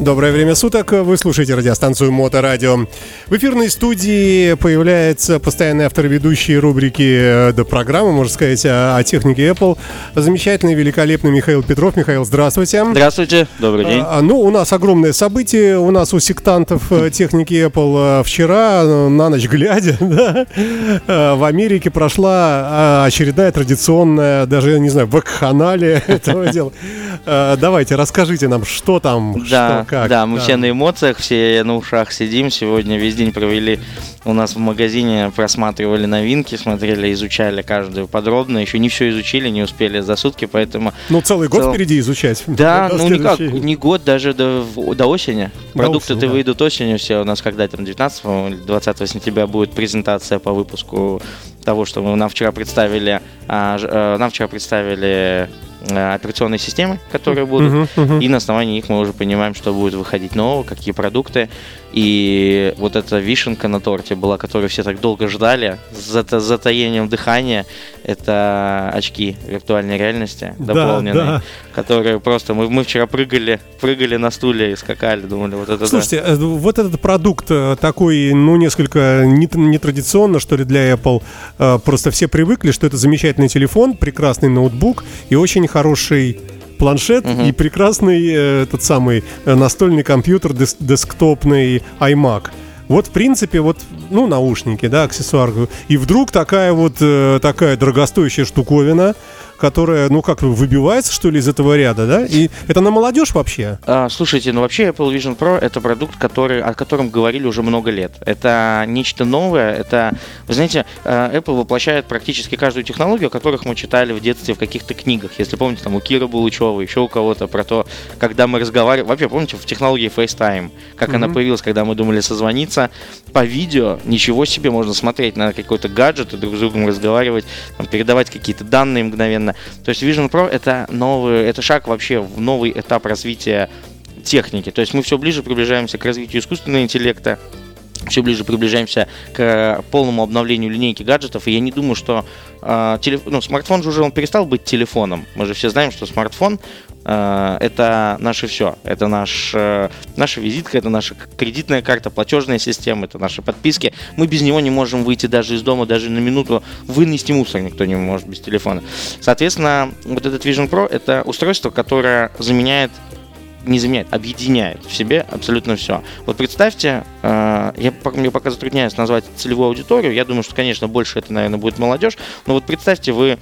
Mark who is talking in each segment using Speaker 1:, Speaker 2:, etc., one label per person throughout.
Speaker 1: Доброе время суток. Вы слушаете радиостанцию Моторадио. В эфирной студии появляется постоянный автор ведущей рубрики до программы, можно сказать, о технике Apple. Замечательный, великолепный Михаил Петров. Михаил, здравствуйте.
Speaker 2: Здравствуйте, добрый день.
Speaker 1: У нас огромное событие. У нас у сектантов техники Apple вчера, на ночь глядя, да, в Америке прошла очередная традиционная, даже, я не знаю, вак-ханалия этого дела. Давайте, расскажите нам, что там, что, как.
Speaker 2: Да, мы все на эмоциях, все на ушах сидим. Сегодня весь день провели у нас в магазине, просматривали новинки, смотрели, изучали каждую подробно. Еще не все изучили, не успели за сутки, поэтому...
Speaker 1: Целый год впереди изучать.
Speaker 2: Да, никак, не год, даже до осени. Продукты-то выйдут осенью все. У нас когда там 19-20 сентября будет презентация по выпуску того, что нам вчера представили. Нам вчера представили операционные системы, которые будут, и на основании их мы уже понимаем, что будет выходить нового, какие продукты. И вот эта вишенка на торте была, которую все так долго ждали, с затаением дыхания, это очки виртуальной реальности дополненные, которые просто... Мы вчера прыгали на стуле и скакали, думали, вот это...
Speaker 1: Слушайте, вот этот продукт такой, несколько нетрадиционно, что ли, для Apple. Просто все привыкли, что это замечательный телефон, прекрасный ноутбук и очень хороший планшет и прекрасный этот самый настольный компьютер, десктопный iMac. Вот, в принципе, наушники, да, аксессуар. И вдруг такая дорогостоящая штуковина, которая, выбивается, что ли, из этого ряда, да? И это на молодежь вообще?
Speaker 2: Слушайте, вообще Apple Vision Pro — это продукт, о котором говорили уже много лет. Это нечто новое, вы знаете, Apple воплощает практически каждую технологию, о которых мы читали в детстве в каких-то книгах. Если помните, там у Киры Булычева, еще у кого-то, про то, когда мы разговаривали... Вообще, помните, в технологии FaceTime, как она появилась, когда мы думали созвониться по видео, ничего себе, можно смотреть на какой-то гаджет и друг с другом разговаривать, передавать какие-то данные мгновенно. То есть Vision Pro — это шаг вообще в новый этап развития техники. То есть мы все ближе приближаемся к развитию искусственного интеллекта, все ближе приближаемся к полному обновлению линейки гаджетов. И я не думаю, что смартфон же уже перестал быть телефоном. Мы же все знаем, что смартфон это наше все. Это наша визитка, это наша кредитная карта, платежная система, это наши подписки. Мы без него не можем выйти даже из дома, даже на минуту вынести мусор никто не может без телефона. Соответственно, вот этот Vision Pro — это устройство, которое объединяет в себе абсолютно все. Вот представьте, мне пока затрудняюсь назвать целевую аудиторию, я думаю, что, конечно, больше это, наверное, будет молодежь, но вот представьте, вы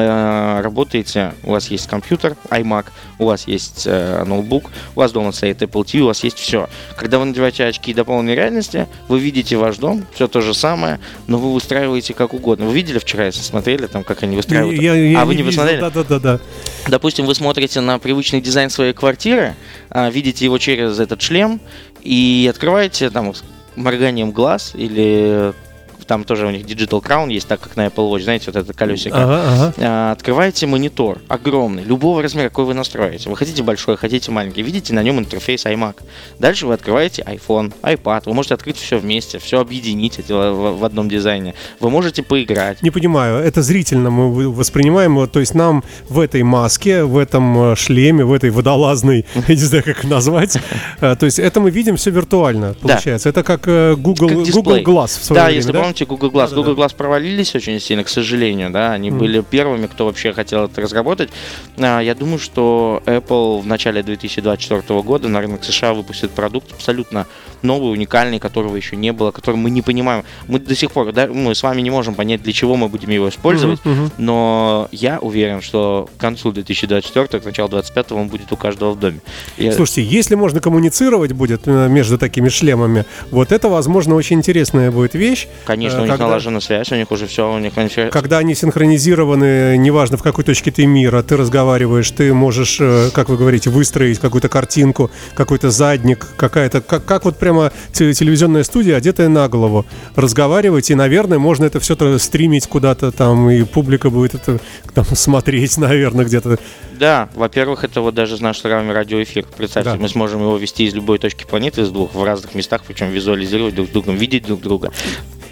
Speaker 2: работаете, у вас есть компьютер, iMac, у вас есть ноутбук, у вас дома стоит Apple TV, у вас есть все. Когда вы надеваете очки дополненной реальности, вы видите ваш дом, все то же самое, но вы выстраиваете как угодно. Вы видели вчера, если смотрели, как они выстраивают? Вы не посмотрели?
Speaker 1: Да.
Speaker 2: Допустим, вы смотрите на привычный дизайн своей квартиры, видите его через этот шлем и открываете морганием глаз или... Там тоже у них Digital Crown есть, так как на Apple Watch, знаете, вот это колесико. Открываете монитор огромный, любого размера, какой вы настроите. Вы хотите большой, хотите маленький. Видите на нем интерфейс iMac. Дальше вы открываете iPhone, iPad. Вы можете открыть все вместе, все объединить в одном дизайне. Вы можете поиграть.
Speaker 1: Не понимаю, это зрительно мы воспринимаем, то есть нам в этой маске, в этом шлеме, в этой водолазной, я не знаю, как назвать, то есть это мы видим все виртуально, получается. Это как Google Glass в свое время,
Speaker 2: если помните, Google Glass. Google Glass провалились очень сильно, к сожалению, да, они были первыми, кто вообще хотел это разработать. Я думаю, что Apple в начале 2024 года на рынок США выпустит продукт абсолютно новый, уникальный, которого еще не было, который мы не понимаем. Мы до сих пор, мы с вами не можем понять, для чего мы будем его использовать, но я уверен, что к концу 2024, к началу 2025 он будет у каждого в доме.
Speaker 1: Слушайте, если можно коммуницировать будет между такими шлемами, вот это, возможно, очень интересная будет вещь.
Speaker 2: Конечно, у них налажена связь, у них уже все,
Speaker 1: Когда они синхронизированы, неважно в какой точке ты мира, ты разговариваешь, ты можешь, как вы говорите, выстроить какую-то картинку, какой-то задник, как вот прямо телевизионная студия, одетая на голову, разговаривать, и, наверное, можно это все стримить куда-то там, и публика будет это там смотреть, наверное, где-то.
Speaker 2: Да, во-первых, это вот даже наш с вами радиоэфир. Представьте, мы сможем его вести из любой точки планеты, из двух, в разных местах, причем визуализировать друг с другом, видеть друг друга.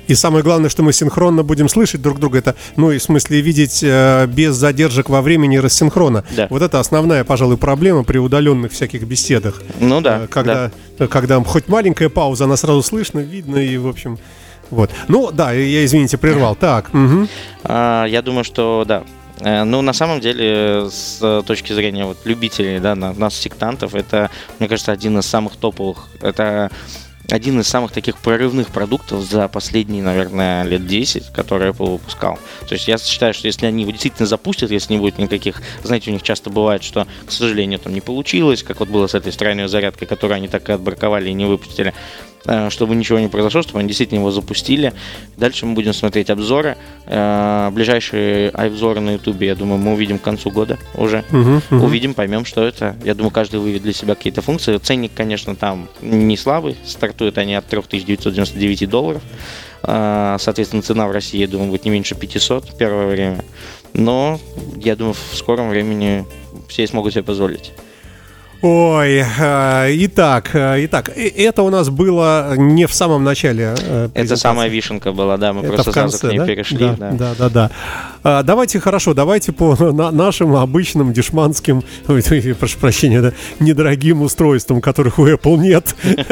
Speaker 1: И самое главное, что мы синхронно будем слышать друг друга. Это, ну, и в смысле видеть без задержек во времени рассинхрона.
Speaker 2: Да.
Speaker 1: Вот это основная, пожалуй, проблема при удаленных всяких беседах.
Speaker 2: Ну да.
Speaker 1: Когда хоть маленькая пауза, она сразу слышно, видно и, в общем... Вот. Ну, да, я, извините, прервал. Так. Угу.
Speaker 2: Я думаю, что да. Ну, на самом деле, с точки зрения вот, любителей, да, нас, сектантов, это, мне кажется, один из самых топовых, это один из самых таких прорывных продуктов за последние, наверное, лет 10, которые Apple выпускал. То есть я считаю, что если они его действительно запустят, если не будет никаких, знаете, у них часто бывает, что, к сожалению, там не получилось, как вот было с этой встроенной зарядкой, которую они так и отбраковали и не выпустили, чтобы ничего не произошло, чтобы они действительно его запустили. Дальше мы будем смотреть обзоры. Ближайшие обзоры на YouTube, я думаю, мы увидим к концу года уже. Увидим, поймем, что это. Я думаю, каждый выведет для себя какие-то функции. Ценник, конечно, там не слабый. Стартуют они от $3999. Соответственно, цена в России, я думаю, будет не меньше 500 в первое время. Но, я думаю, в скором времени все смогут себе позволить.
Speaker 1: Ой, итак, это у нас было не в самом начале.
Speaker 2: Это самая вишенка была, да, мы это просто сразу к ней перешли.
Speaker 1: Да. Давайте по нашим обычным дешманским, прошу прощения, да, недорогим устройствам, которых у Apple нет.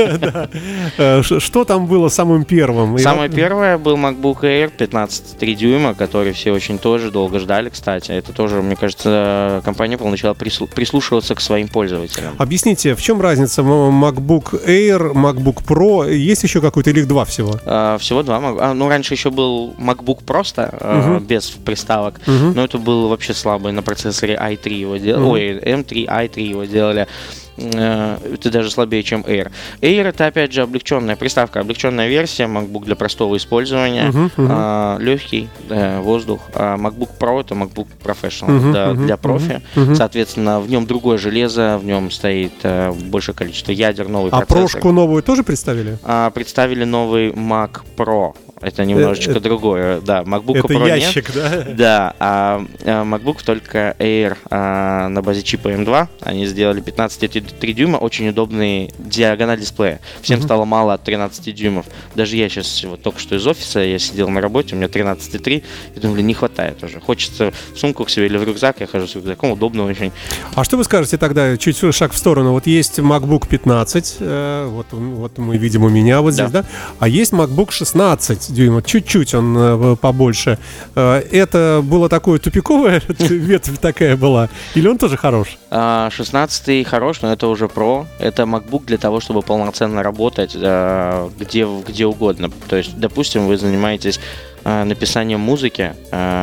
Speaker 1: Что там было самым первым?
Speaker 2: Самое первое был MacBook Air 15,3 дюйма, который все очень тоже долго ждали, кстати. Это тоже, мне кажется, компания Apple начала прислушиваться к своим пользователям.
Speaker 1: Объясните, в чем разница MacBook Air, MacBook Pro? Есть еще какой-то или их два всего?
Speaker 2: Всего два. Ну, раньше еще был MacBook просто, без приставок, но это было вообще слабый на процессоре i3 его делали. Ой, M3, i3 его делали. Это даже слабее, чем Air. Air — это, опять же, облегченная приставка, облегченная версия, MacBook для простого использования, легкий, воздух. MacBook Pro — это MacBook Professional, для профи. Соответственно, в нем другое железо, в нем стоит большее количество ядер, новый процессор.
Speaker 1: А прошку новую тоже представили?
Speaker 2: Представили новый Mac Pro. Это немножечко другое, да. MacBook
Speaker 1: это
Speaker 2: Pro
Speaker 1: ящик,
Speaker 2: нет.
Speaker 1: Да?
Speaker 2: Да, а MacBook только Air на базе чипа M2. Они сделали 15,3 дюйма, очень удобный диагональ дисплея. Всем стало мало от 13 дюймов. Даже я сейчас вот только что из офиса, я сидел на работе, у меня 13,3, и думаю, не хватает уже. Хочется в сумку к себе или в рюкзак, я хожу с рюкзаком, удобно очень.
Speaker 1: А что вы скажете тогда, чуть шаг в сторону? Вот есть MacBook 15, вот мы видим у меня вот здесь, да? А есть MacBook 16 дюймов, чуть-чуть он побольше. Это было такое тупиковое, ветвь такая была, или он тоже хорош?
Speaker 2: 16 хорош, но это уже Pro. Это MacBook для того, чтобы полноценно работать где угодно. То есть, допустим, вы занимаетесь написанием музыки,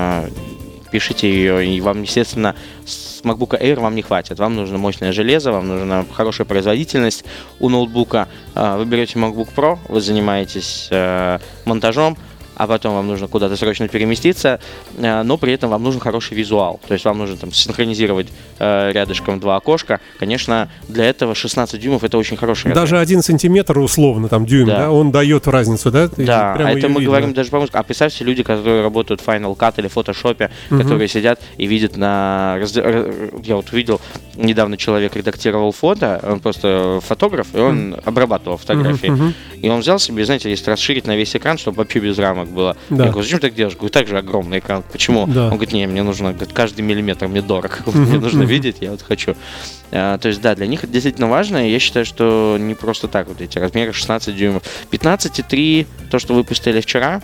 Speaker 2: пишите ее, и вам, естественно, с MacBook Air вам не хватит. Вам нужно мощное железо, вам нужна хорошая производительность у ноутбука. Вы берете MacBook Pro, вы занимаетесь монтажом, а потом вам нужно куда-то срочно переместиться, но при этом вам нужен хороший визуал. То есть вам нужно там синхронизировать рядышком два окошка. Конечно, для этого 16 дюймов это очень хороший размер.
Speaker 1: Даже 1 сантиметр условно, там дюйм, да, он дает разницу, да?
Speaker 2: Да, а это мы говорим даже по музыке. А представьте, люди, которые работают в Final Cut или Photoshop, которые сидят и видят на... Я вот видел, недавно человек редактировал фото, он просто фотограф, и он обрабатывал фотографии. И он взял себе, знаете, если расширить на весь экран, чтобы вообще без рамок было. Да. Я говорю, зачем ты так делаешь? Говорю, так же огромный экран. Почему? Да. Он говорит, не, мне нужно, каждый миллиметр мне дорог. Мне нужно видеть, я вот хочу. То есть, да, для них это действительно важно. И я считаю, что не просто так вот эти размеры 16 дюймов. 15,3, то, что выпустили вчера,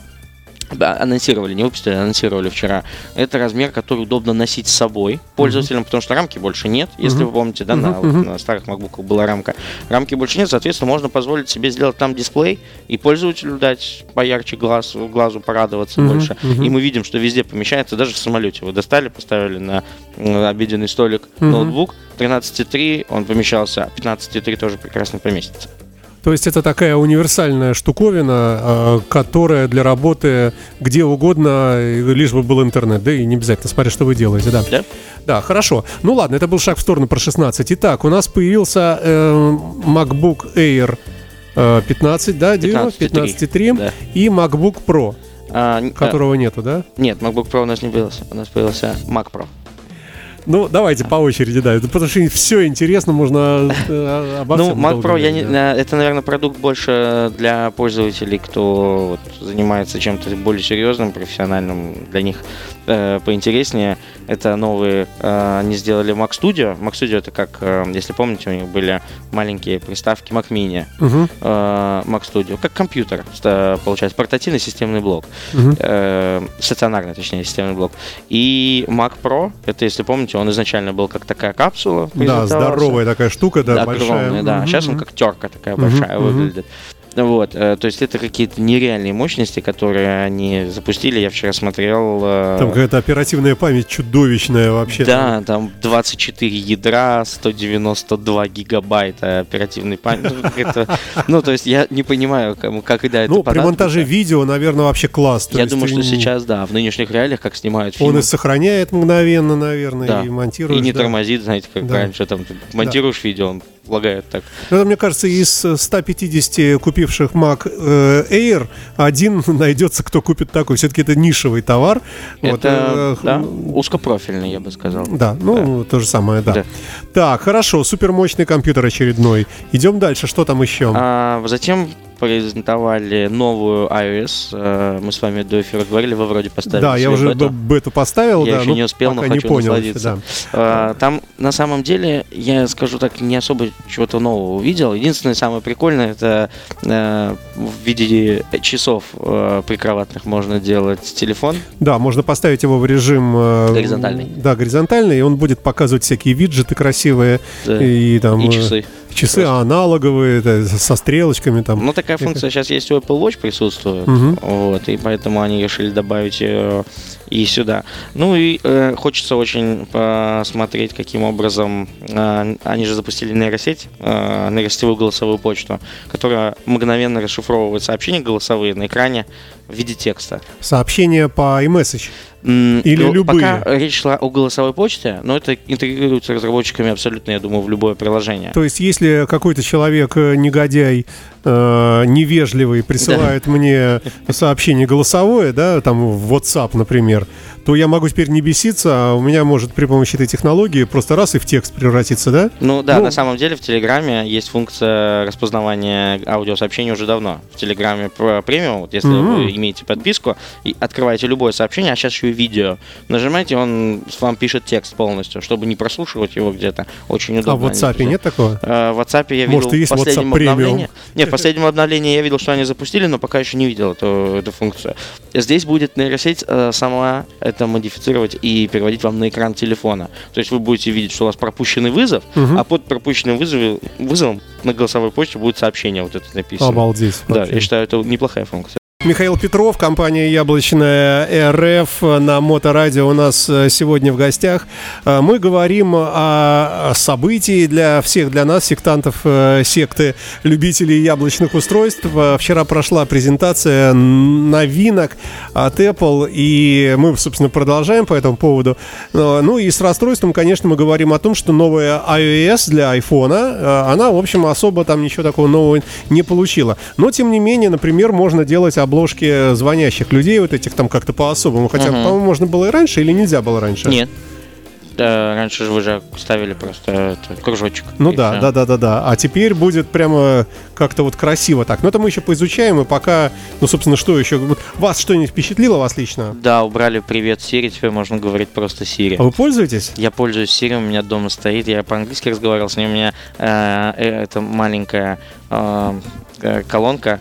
Speaker 2: анонсировали вчера. Это размер, который удобно носить с собой пользователям, потому что рамки больше нет. Если вы помните, да, на старых MacBook'ах была рамка. Рамки больше нет, соответственно, можно позволить себе сделать там дисплей и пользователю дать поярче глазу порадоваться больше. И мы видим, что везде помещается, даже в самолете. Вы достали, поставили на обеденный столик ноутбук, 13,3 он помещался, а 15,3 тоже прекрасно поместится.
Speaker 1: То есть это такая универсальная штуковина, которая для работы где угодно, лишь бы был интернет, да, и не обязательно, смотря что вы делаете, да? Да, хорошо. Ну ладно, это был шаг в сторону про 16. Итак, у нас появился MacBook Air 15, да, 15,3 да. И MacBook Pro, которого нету, да?
Speaker 2: Нет, MacBook Pro у нас не появился, у нас появился Mac Pro.
Speaker 1: Ну, давайте по очереди, да. Потому что все интересно, можно обо всем.
Speaker 2: Ну, Mac Pro, это, наверное, продукт больше для пользователей, кто занимается чем-то более серьезным, профессиональным. Для них поинтереснее. Это новые, они сделали Mac Studio. Mac Studio это как, если помните, у них были маленькие приставки Mac Mini. Mac Studio, как компьютер, получается, портативный системный блок. Стационарный, точнее, системный блок. И Mac Pro, это, если помните, он изначально был как такая капсула.
Speaker 1: Да, здоровая такая штука, да, большая.
Speaker 2: Огромная, да. Сейчас он как терка такая большая выглядит. Вот, то есть это какие-то нереальные мощности, которые они запустили. Я вчера смотрел.
Speaker 1: Там какая-то оперативная память чудовищная вообще.
Speaker 2: Да, там 24 ядра, 192 гигабайта оперативной памяти. Ну, то есть я не понимаю, как и да, это.
Speaker 1: Ну, при монтаже видео, наверное, вообще класс.
Speaker 2: Я думаю, что сейчас, да, в нынешних реалиях, как снимают фильмы.
Speaker 1: Он и сохраняет мгновенно, наверное, и монтирует.
Speaker 2: И не тормозит, знаете, как раньше. Там монтируешь видео, он лагает так.
Speaker 1: Это, мне кажется, из 150 купивших Mac Air один найдется, кто купит такой. Все-таки это нишевый товар.
Speaker 2: Это узкопрофильный, я бы сказал.
Speaker 1: Да, ну, то же самое, да. Так, хорошо, супермощный компьютер очередной. Идем дальше, что там еще?
Speaker 2: Затем презентовали новую iOS. Мы с вами до эфира говорили, вы вроде поставили.
Speaker 1: Да, я уже бету поставил.
Speaker 2: Я еще не успел, но хочу насладиться. Там, на самом деле, я скажу так, не особо чего-то нового увидел. Единственное, самое прикольное, это в виде часов прикроватных можно делать телефон.
Speaker 1: Да, можно поставить его в режим
Speaker 2: горизонтальный.
Speaker 1: Да, горизонтальный, и он будет показывать всякие виджеты красивые.
Speaker 2: Да.
Speaker 1: И
Speaker 2: часы.
Speaker 1: Часы аналоговые, со стрелочками там.
Speaker 2: Ну, такая функция сейчас есть у Apple Watch присутствует. Вот, и поэтому они решили добавить ее и сюда. Ну и хочется очень посмотреть, каким образом они же запустили нейросеть, нейросетевую голосовую почту, которая мгновенно расшифровывает сообщения голосовые на экране в виде текста.
Speaker 1: Сообщения по iMessage? Или любые?
Speaker 2: Пока речь шла о голосовой почте, но это интегрируется разработчиками абсолютно, я думаю, в любое приложение.
Speaker 1: То есть, если какой-то человек, негодяй, невежливый, присылает мне сообщение голосовое, да, там в WhatsApp, например, то я могу теперь не беситься, а у меня может при помощи этой технологии просто раз и в текст превратиться, да?
Speaker 2: Ну да, на самом деле в Телеграме есть функция распознавания аудиосообщений уже давно. В Телеграме премиум, вот если вы имеете подписку и открываете любое сообщение, а сейчас еще и видео, нажимаете, он вам пишет текст полностью, чтобы не прослушивать его где-то. Очень удобно.
Speaker 1: А в WhatsApp нет такого?
Speaker 2: В WhatsApp я видел в последнем обновлении. Нет, в последнем обновлении я видел, что они запустили, но пока еще не видел эту функцию. Здесь будет нейросеть сама это модифицировать и переводить вам на экран телефона. То есть вы будете видеть, что у вас пропущенный вызов, а под пропущенным вызовом на голосовой почте будет сообщение вот это написано.
Speaker 1: Обалдеть.
Speaker 2: Да, я считаю, это неплохая функция.
Speaker 1: Михаил Петров, компания «Яблочная РФ» на Моторадио у нас сегодня в гостях. Мы говорим о событии для всех, для нас, сектантов секты любителей яблочных устройств. Вчера прошла презентация новинок от Apple, и мы, собственно, продолжаем по этому поводу. Ну и с расстройством, конечно, мы говорим о том, что новая iOS для iPhone, она, в общем, особо там ничего такого нового не получила. Но, тем не менее, например, можно делать обложки звонящих людей, вот этих там как-то по-особому. Хотя, по-моему, можно было и раньше, или нельзя было раньше?
Speaker 2: Нет. Раньше же вы же ставили просто кружочек.
Speaker 1: Ну да. А теперь будет прямо как-то вот красиво так. Но это мы еще поизучаем, и пока, ну, собственно, что еще? Вас что-нибудь впечатлило, вас лично?
Speaker 2: Да, убрали «Привет, Siri», теперь можно говорить просто Siri.
Speaker 1: А вы пользуетесь?
Speaker 2: Я пользуюсь Siri, у меня дома стоит, я по-английски разговаривал с ней, у меня это маленькая колонка,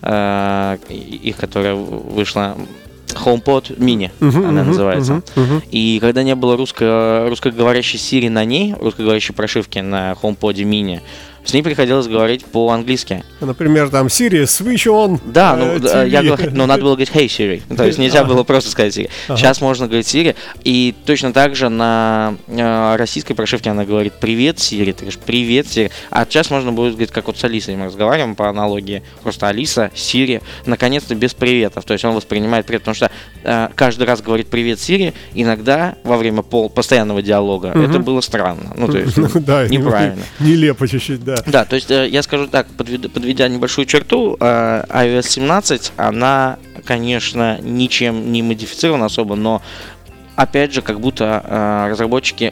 Speaker 2: их, которая вышла, HomePod Mini, она называется. И когда не было русскоговорящей Siri на ней, русскоговорящей прошивки на HomePod Mini, с ней приходилось говорить по-английски.
Speaker 1: Например, там Siri, switch on.
Speaker 2: Да, надо было говорить Hey Siri. То есть нельзя было просто сказать Siri. Сейчас можно говорить Siri. И точно так же на российской прошивке она говорит «Привет, Siri». Ты говоришь «Привет, Siri». А сейчас можно будет говорить, как вот с Алисой мы разговариваем по аналогии. Просто Алиса, Siri, наконец-то без приветов. То есть он воспринимает привет, потому что каждый раз говорит «Привет, Siri». Иногда во время постоянного диалога это было странно. Ну, то есть неправильно.
Speaker 1: Нелепо чуть-чуть, да.
Speaker 2: Да, то есть я скажу так, подведя небольшую черту, iOS 17, она, конечно, ничем не модифицирована особо, но опять же, как будто разработчики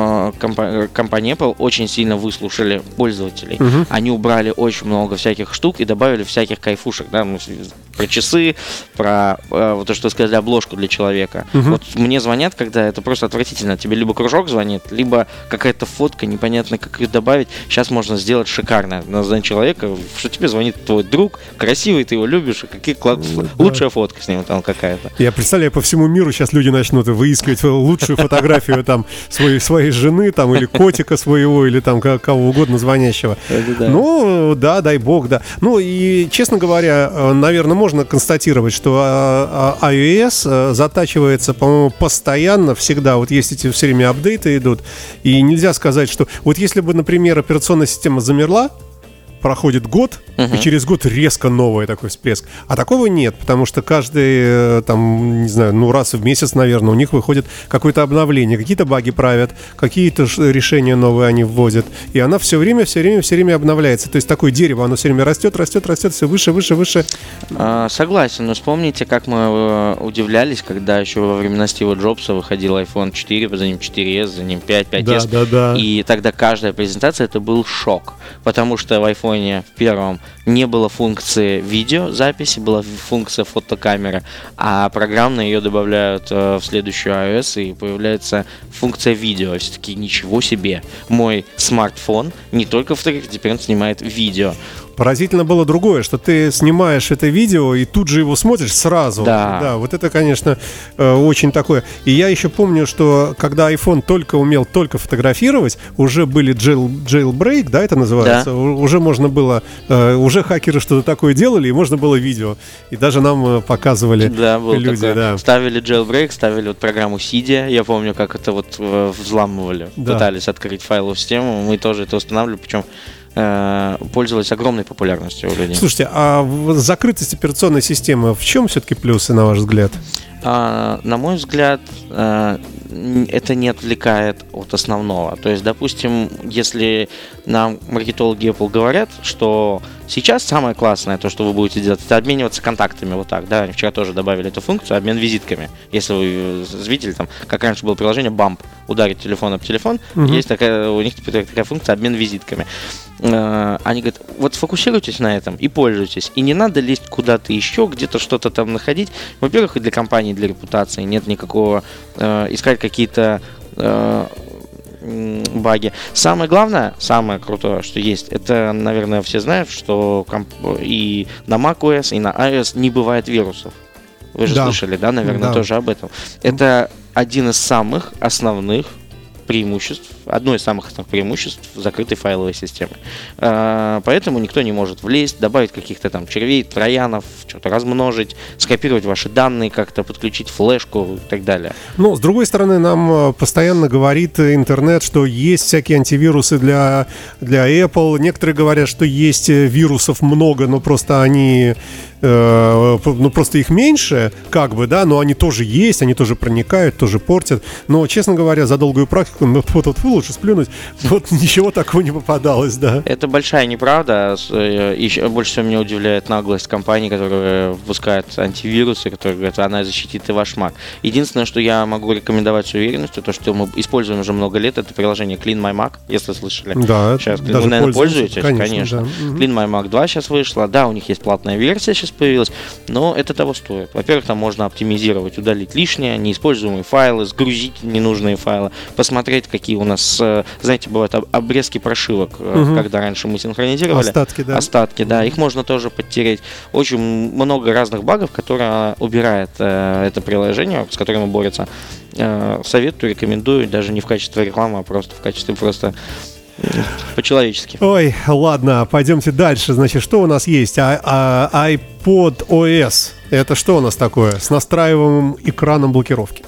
Speaker 2: компании Apple очень сильно выслушали пользователей. Они убрали очень много всяких штук и добавили всяких кайфушек, да, про часы, про вот то, что вы сказали, обложку для человека. Вот мне звонят, когда это просто отвратительно. Тебе либо кружок звонит, либо какая-то фотка, непонятно, как ее добавить. Сейчас можно сделать шикарно на звонок человека, что тебе звонит твой друг, красивый, ты его любишь, лучшая фотка с ним там какая-то.
Speaker 1: Я представляю, по всему миру сейчас люди начнут выискивать лучшую фотографию там своей жены там, или котика своего, или там кого угодно звонящего. Ну, да, дай бог, да. Ну, и, честно говоря, наверное, можно констатировать, что iOS затачивается, по-моему, постоянно, всегда. Вот есть эти все время апдейты идут, и нельзя сказать, что... Вот если бы, например, операционная система замерла, проходит год, и через год резко новый такой всплеск. А такого нет, потому что каждый, там, не знаю, раз в месяц, наверное, у них выходит какое-то обновление, какие-то баги правят, какие-то решения новые они вводят, и она все время обновляется. То есть такое дерево, оно все время растет, все выше.
Speaker 2: Согласен, но вспомните, как мы удивлялись, когда еще во времена Стива Джобса выходил iPhone 4, за ним 4S, за ним 5, 5S,
Speaker 1: да.
Speaker 2: И тогда каждая презентация это был шок, потому что в iPhone в первом не было функции видеозаписи, была функция фотокамеры, а программно ее добавляют в следующую iOS, и появляется функция видео. Все-таки ничего себе. Мой смартфон не только фотографирует, теперь он снимает видео.
Speaker 1: Поразительно было другое, что ты снимаешь это видео и тут же его смотришь сразу. Да, вот это, конечно, очень такое. И я еще помню, что когда iPhone только умел фотографировать, уже были jailbreak, да, это называется? Да. Уже можно было, уже хакеры что-то такое делали, и можно было видео. И даже нам показывали люди. Да.
Speaker 2: Ставили jailbreak, ставили вот программу Cydia. Я помню, как это вот взламывали. Да. Пытались открыть файловую систему. Мы тоже это устанавливали, причем пользовалась огромной популярностью у людей.
Speaker 1: Слушайте, а закрытость операционной системы в чем все-таки плюсы, на ваш взгляд?
Speaker 2: На мой взгляд, это не отвлекает от основного. То есть, допустим, если нам маркетологи Apple говорят, что сейчас самое классное, то, что вы будете делать, это обмениваться контактами вот так, да, они вчера тоже добавили эту функцию, обмен визитками. Если вы видели, там, как раньше было приложение Bump, ударить телефон об телефон, есть у них теперь такая функция обмен визитками. Они говорят, вот сфокусируйтесь на этом и пользуйтесь. И не надо лезть куда-то еще, где-то что-то там находить. Во-первых, и для компании, для репутации нет никакого искать какие-то баги. Самое главное, самое крутое, что есть, это, наверное, все знают, что и на macOS, и на iOS не бывает вирусов. Вы же слышали, да, наверное, тоже об этом. Это один из самых основных преимуществ, одно из самых основных преимуществ закрытой файловой системы. Поэтому никто не может влезть, добавить каких-то там червей, троянов, что-то размножить, скопировать ваши данные, как-то подключить флешку и так далее.
Speaker 1: Но, с другой стороны, нам постоянно говорит интернет, что есть всякие антивирусы для Apple. Некоторые говорят, что есть вирусов много, но просто они... просто их меньше, как бы, да, но они тоже есть, они тоже проникают, тоже портят. Но, честно говоря, за долгую практику, лучше сплюнуть, вот ничего такого не попадалось, да.
Speaker 2: Это большая неправда. Еще больше всего меня удивляет наглость компаний, которые выпускают антивирусы, которые говорят, она защитит и ваш Mac. Единственное, что я могу рекомендовать с уверенностью, то, что мы используем уже много лет, это приложение Clean My Mac, если слышали.
Speaker 1: Да,
Speaker 2: сейчас, вы, наверное, пользуетесь? Конечно. Да. Clean My Mac 2 сейчас вышла, да, у них есть платная версия сейчас появилась, но это того стоит. Во-первых, там можно оптимизировать, удалить лишнее, неиспользуемые файлы, сгрузить ненужные файлы, посмотреть, какие у нас, знаете, бывают обрезки прошивок, когда раньше мы синхронизировали. Остатки, да. Их можно тоже подтереть. Очень много разных багов, которые убирает это приложение, с которым борется. Советую, рекомендую, даже не в качестве рекламы, а просто в качестве по-человечески.
Speaker 1: Ой, ладно, пойдемте дальше. Значит, что у нас есть? iPod OS. Это что у нас такое? С настраиваемым экраном блокировки.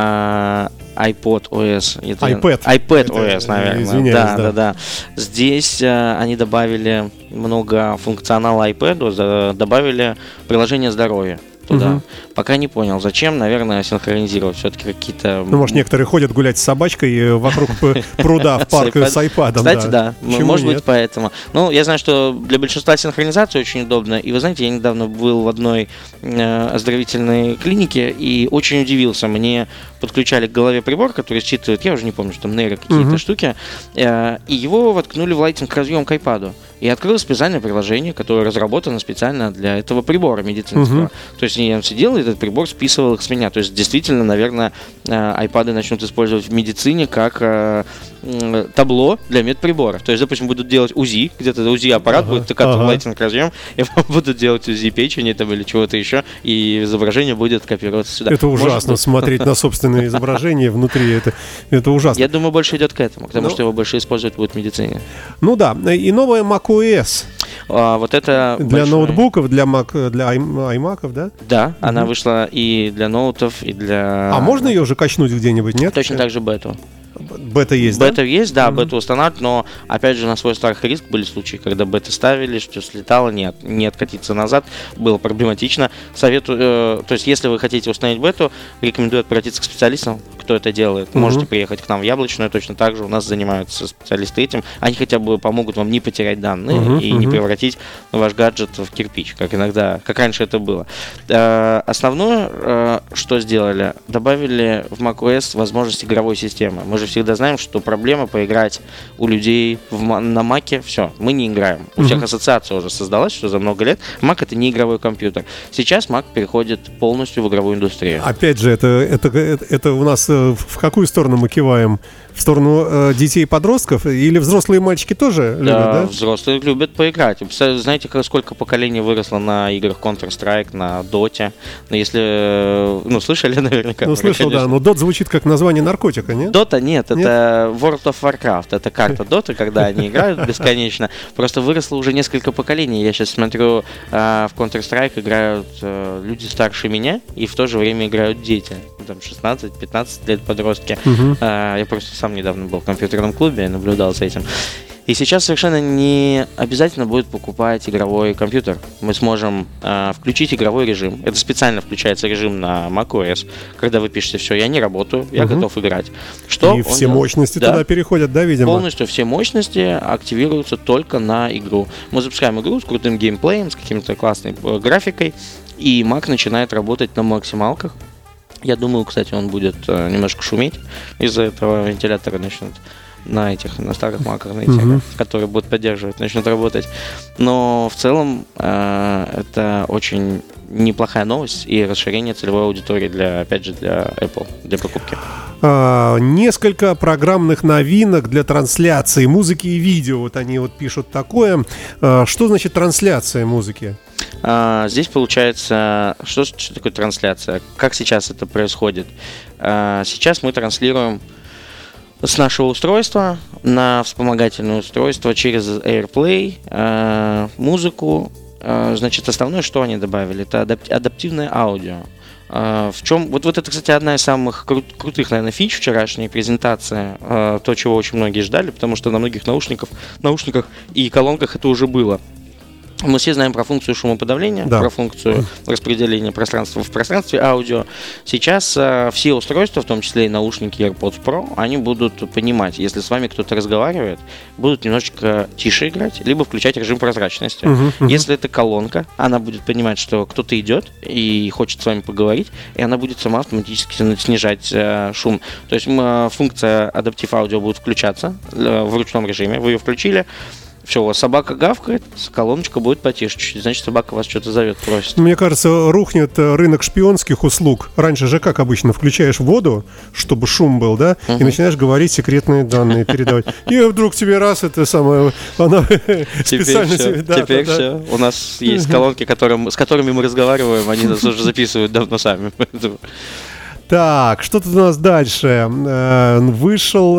Speaker 2: iPod OS.
Speaker 1: iPad
Speaker 2: OS, наверное.
Speaker 1: Извиняюсь,
Speaker 2: да. Здесь они добавили много функционала iPad, добавили приложение здоровья туда. Пока не понял, зачем, наверное, синхронизировать все-таки какие-то...
Speaker 1: может, некоторые ходят гулять с собачкой вокруг пруда в парк с iPad'ом.
Speaker 2: Кстати, да. Может быть, поэтому. Я знаю, что для большинства синхронизация очень удобна. И вы знаете, я недавно был в одной оздоровительной клинике и очень удивился. Мне подключали к голове прибор, который считывает, я уже не помню, что там нейро какие-то штуки, и его воткнули в Lightning разъем к iPad. И открылось специальное приложение, которое разработано специально для этого прибора медицинского. То есть я сидел, и этот прибор списывал их с меня. То есть действительно, наверное, iPad начнут использовать в медицине как табло для медприборов. То есть, допустим, будут делать УЗИ, где-то УЗИ-аппарат будет тыкаться в Lightning разъем, и будут делать УЗИ печени там, или чего-то еще, и изображение будет копироваться сюда.
Speaker 1: Это ужасно, смотреть на собственное изображение внутри, это ужасно.
Speaker 2: Я думаю, больше идет к этому, потому что его больше использовать будут в медицине.
Speaker 1: Ну да, и новая macOS.
Speaker 2: Вот это
Speaker 1: для ноутбуков, для iMac'ов, да?
Speaker 2: Да, она вышла и для ноутов, и для...
Speaker 1: А можно ее уже качнуть где-нибудь, нет?
Speaker 2: Точно так же бету.
Speaker 1: Бета есть, да?
Speaker 2: Бета есть, да, бету устанавливают, но, опять же, на свой страх и риск были случаи, когда бета ставили, что слетало, не откатиться назад, было проблематично. Советую, то есть, если вы хотите установить бету, рекомендую обратиться к специалистам, кто это делает. Можете приехать к нам в Яблочную, точно так же у нас занимаются специалисты этим. Они хотя бы помогут вам не потерять данные и не превратить ваш гаджет в кирпич, как раньше это было. Основное, что сделали, добавили в macOS возможность игровой системы. Мы же всегда знаем, что проблема поиграть у людей на Маке, все, мы не играем. У всех ассоциация уже создалась, что за много лет Mac — это не игровой компьютер. Сейчас Mac переходит полностью в игровую индустрию.
Speaker 1: Опять же, это у нас в какую сторону мы киваем? В сторону детей и подростков? Или взрослые мальчики тоже любят, да?
Speaker 2: Взрослые любят поиграть. Знаете, сколько поколений выросло на играх Counter-Strike, на Dota? Если... слышали наверняка.
Speaker 1: Слышал, да, но Dota звучит как название наркотика, нет?
Speaker 2: Dota нет, это World of Warcraft, это карта Dota, когда они играют бесконечно. Просто выросло уже несколько поколений. Я сейчас смотрю, в Counter-Strike играют люди старше меня, и в то же время играют дети. Там 16-15 лет подростки. Я просто сам недавно был в компьютерном клубе и наблюдал за этим. И сейчас совершенно не обязательно будет покупать игровой компьютер. Мы сможем включить игровой режим. Это специально включается режим на macOS. Когда вы пишете: все, я не работаю, я готов играть.
Speaker 1: И все мощности туда переходят, да, видимо?
Speaker 2: Полностью все мощности активируются только на игру. Мы запускаем игру с крутым геймплеем, с каким-то классной графикой, и Mac начинает работать на максималках. Я думаю, кстати, он будет немножко шуметь из-за этого, вентилятора начнут на старых маках, которые будут поддерживать, начнут работать. Но в целом это очень неплохая новость и расширение целевой аудитории для Apple, для покупки.
Speaker 1: Несколько программных новинок для трансляции музыки и видео. Вот они пишут такое. Что значит трансляция музыки?
Speaker 2: Здесь получается, что такое трансляция? Как сейчас это происходит? Сейчас мы транслируем с нашего устройства на вспомогательное устройство через AirPlay музыку. Значит, основное, что они добавили, это адаптивное аудио. В чем вот это, кстати, одна из самых крутых, наверное, фич вчерашней презентации, то, чего очень многие ждали, потому что на многих наушниках и колонках это уже было. Мы все знаем про функцию шумоподавления, про функцию распределения пространства в пространстве аудио. Сейчас все устройства, в том числе и наушники AirPods Pro, они будут понимать, если с вами кто-то разговаривает, будут немножечко тише играть, либо включать режим прозрачности. Если это колонка, она будет понимать, что кто-то идет и хочет с вами поговорить, и она будет сама автоматически снижать шум. То есть функция Adaptive Audio будет включаться в ручном режиме, вы ее включили. Все, у вас собака гавкает, колоночка будет потише чуть-чуть, значит, собака вас что-то зовет, просит.
Speaker 1: Мне кажется, рухнет рынок шпионских услуг. Раньше же, как обычно, включаешь воду, чтобы шум был, да, и начинаешь говорить секретные данные, передавать. И вдруг тебе раз, это самое, она специально себе...
Speaker 2: Теперь все. У нас есть колонки, с которыми мы разговариваем, они нас уже записывают давно сами.
Speaker 1: Так, что тут у нас дальше? Вышел,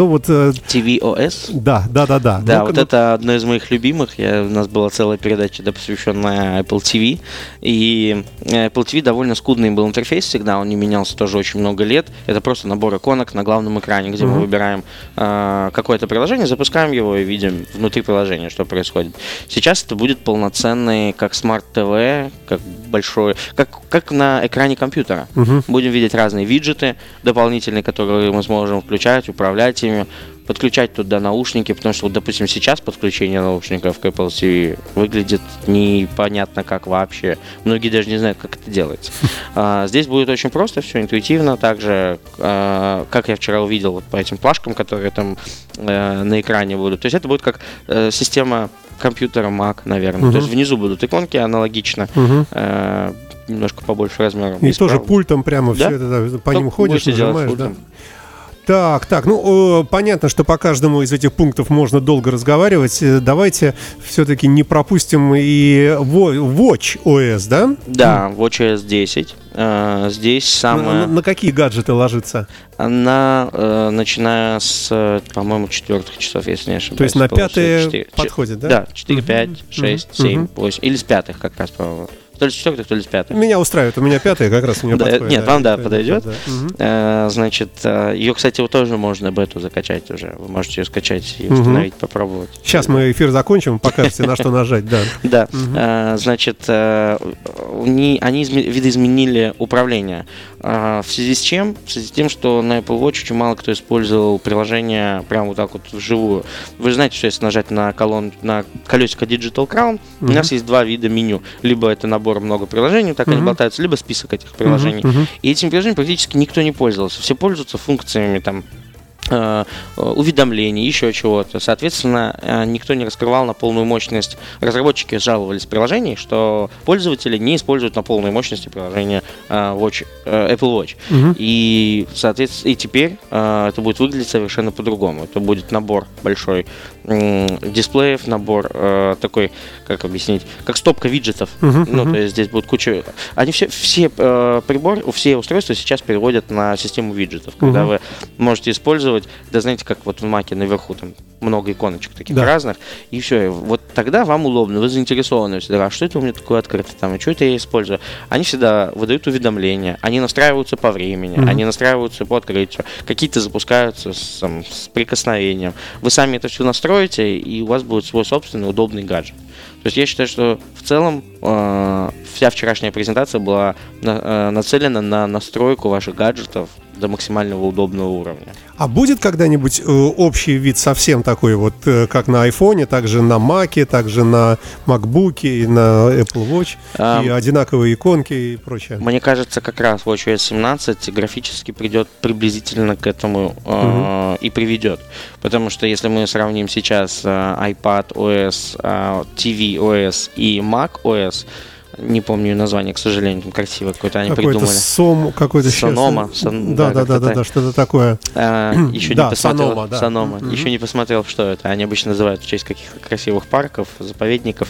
Speaker 2: tvOS?
Speaker 1: Да.
Speaker 2: Да, это одно из моих любимых. У нас была целая передача, посвященная Apple TV. И Apple TV довольно скудный был интерфейс всегда, он не менялся тоже очень много лет. Это просто набор иконок на главном экране, где мы выбираем какое-то приложение, запускаем его и видим внутри приложения, что происходит. Сейчас это будет полноценный, как Smart TV, как большой, как на экране компьютера. Будем видеть увидеть разные виджеты дополнительные, которые мы сможем включать, управлять ими, подключать туда наушники, потому что, вот, допустим, сейчас подключение наушников к Apple TV выглядит непонятно как вообще. Многие даже не знают, как это делается. Здесь будет очень просто, все интуитивно. Также, как я вчера увидел вот по этим плашкам, которые там на экране будут. То есть это будет как система компьютера Mac, наверное. То есть внизу будут иконки аналогично. Немножко побольше размером.
Speaker 1: И тоже пультом прямо все это, по ним ходишь, нажимаешь, да? Так, ну, понятно, что по каждому из этих пунктов можно долго разговаривать. Давайте все-таки не пропустим и watchOS, да?
Speaker 2: Да, watchOS 10. Здесь самое...
Speaker 1: На какие гаджеты ложится?
Speaker 2: Начиная с, по-моему, 4 часов, если не ошибаюсь.
Speaker 1: То есть на 5 подходит, да?
Speaker 2: Да, 4, 5, 6, 7, 8. Или с 5 как раз, по-моему. То ли с 4, то ли с 5.
Speaker 1: Меня устраивает, у меня 5 как раз у меня подходит.
Speaker 2: Нет, вам, подойдет. Значит, ее, кстати, тоже можно бету закачать уже. Вы можете ее скачать и установить, попробовать.
Speaker 1: Сейчас мы эфир закончим, покажете, на что нажать, да.
Speaker 2: Да, значит, они видоизменили управление. В связи с чем? В связи с тем, что на Apple Watch очень мало кто использовал приложение прямо вот так вот вживую. Вы же знаете, что если нажать на колесико Digital Crown, у нас есть два вида меню. Либо это набор много приложений, так они болтаются, либо список этих приложений. И этим приложением практически никто не пользовался. Все пользуются функциями там уведомлений, еще чего-то. Соответственно, никто не раскрывал на полную мощность. Разработчики жаловались в приложении, что пользователи не используют на полной мощности приложение Apple Watch. И, соответственно, теперь это будет выглядеть совершенно по-другому. Это будет набор большой дисплеев, набор такой, как объяснить, как стопка виджетов. То есть здесь будет куча... Они все приборы, все устройства сейчас переводят на систему виджетов, когда вы можете использовать, да, знаете, как вот в Маке наверху там много иконочек таких разных, и все, вот тогда вам удобно, вы заинтересованы всегда, а что это у меня такое открыто там, и что это я использую. Они всегда выдают уведомления, они настраиваются по времени, они настраиваются по открытию, какие-то запускаются с прикосновением. Вы сами это все настроите, и у вас будет свой собственный удобный гаджет. То есть я считаю, что в целом вся вчерашняя презентация была нацелена на настройку ваших гаджетов до максимального удобного уровня.
Speaker 1: А будет когда-нибудь общий вид совсем такой вот, как на айфоне, также на Маке, также на макбуке и на Apple Watch, и одинаковые иконки и прочее?
Speaker 2: Мне кажется, как раз watchOS 17 графически придет приблизительно к этому и приведет. Потому что если мы сравним сейчас iPad OS, TV OS и Mac OS, не помню название, к сожалению, там красиво какое-то они придумали.
Speaker 1: Какой-то
Speaker 2: Сонома.
Speaker 1: Да, что-то такое.
Speaker 2: Еще не посмотрел. Сонома. Еще не посмотрел, что это. Они обычно называют в честь каких-то красивых парков, заповедников.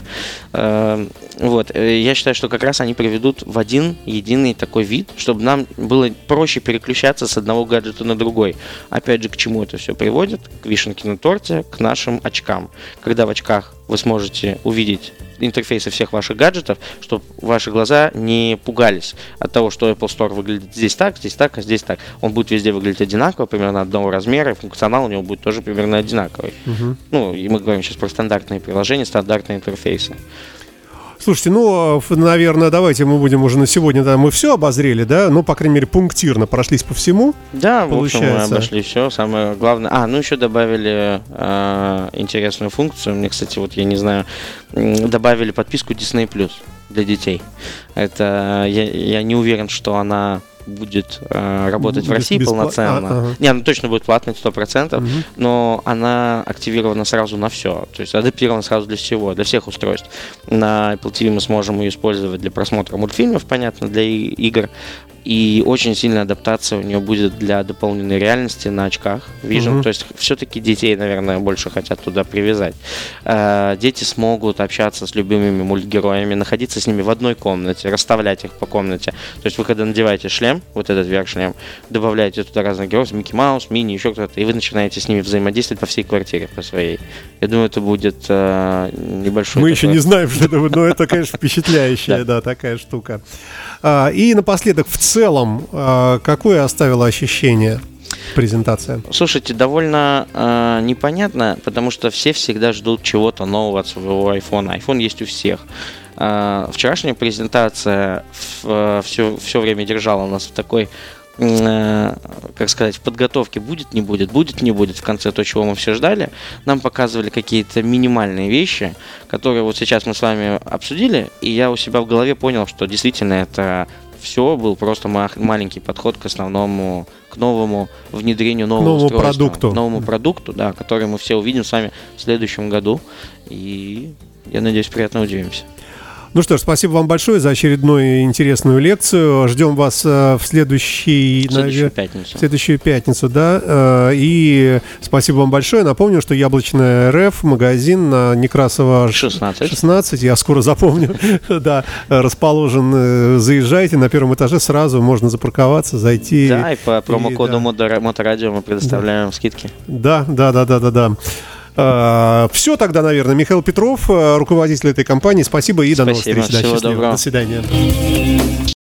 Speaker 2: Вот. Я считаю, что как раз они приведут в один единый такой вид, чтобы нам было проще переключаться с одного гаджета на другой. Опять же, к чему это все приводит? К вишенке на торте, к нашим очкам. Когда в очках вы сможете увидеть интерфейсы всех ваших гаджетов, чтобы ваши глаза не пугались от того, что Apple Store выглядит здесь так, а здесь так. Он будет везде выглядеть одинаково, примерно одного размера, и функционал у него будет тоже примерно одинаковый. Ну, и мы говорим сейчас про стандартные приложения, стандартные интерфейсы.
Speaker 1: Слушайте, наверное, давайте мы будем уже на сегодня, да, мы все обозрели, да, по крайней мере, пунктирно прошлись по всему.
Speaker 2: Да, получается. В общем, мы обошли все, самое главное. еще добавили интересную функцию, мне, кстати, вот я не знаю, добавили подписку Disney Plus для детей. Это, я не уверен, что она будет работать в России полноценно. Она точно будет платной, 100%, но она активирована сразу на все, то есть адаптирована сразу для всего, для всех устройств. На Apple TV мы сможем ее использовать для просмотра мультфильмов, понятно, для игр. И очень сильная адаптация у нее будет для дополненной реальности на очках Vision. То есть все-таки детей, наверное, больше хотят туда привязать. Дети смогут общаться с любимыми мультгероями, находиться с ними в одной комнате, расставлять их по комнате. То есть вы, когда надеваете шлем, вот этот верх-шлем, добавляете туда разных героев, Микки Маус, Мини, еще кто-то, и вы начинаете с ними взаимодействовать по всей квартире, по своей. Я думаю, это будет небольшой...
Speaker 1: Мы еще не знаем, что это, но это, конечно, впечатляющая, да, такая штука. И напоследок, в целом, какое оставило ощущение презентация?
Speaker 2: Слушайте, довольно непонятно, потому что все всегда ждут чего-то нового от своего iPhone. iPhone есть у всех. Вчерашняя презентация все время держала нас в такой как сказать, в подготовке будет, не будет, в конце то, чего мы все ждали. Нам показывали какие-то минимальные вещи, которые вот сейчас мы с вами обсудили, и я у себя в голове понял, что действительно это все был просто маленький подход к основному, к новому внедрению нового устройства, новому продукту, да, который мы все увидим с вами в следующем году. И я надеюсь, приятно удивимся.
Speaker 1: Ну что ж, спасибо вам большое за очередную интересную лекцию. Ждем вас в следующую пятницу, да. И спасибо вам большое. Напомню, что Яблочная РФ, магазин на Некрасова 16. Я скоро запомню. Да, расположен. Заезжайте на первом этаже, сразу можно запарковаться, зайти.
Speaker 2: Да, и по промокоду Моторадио мы предоставляем скидки.
Speaker 1: Да. Все тогда, наверное. Михаил Петров, руководитель этой компании. Спасибо и до новых встреч.
Speaker 2: Всего доброго.
Speaker 1: До свидания.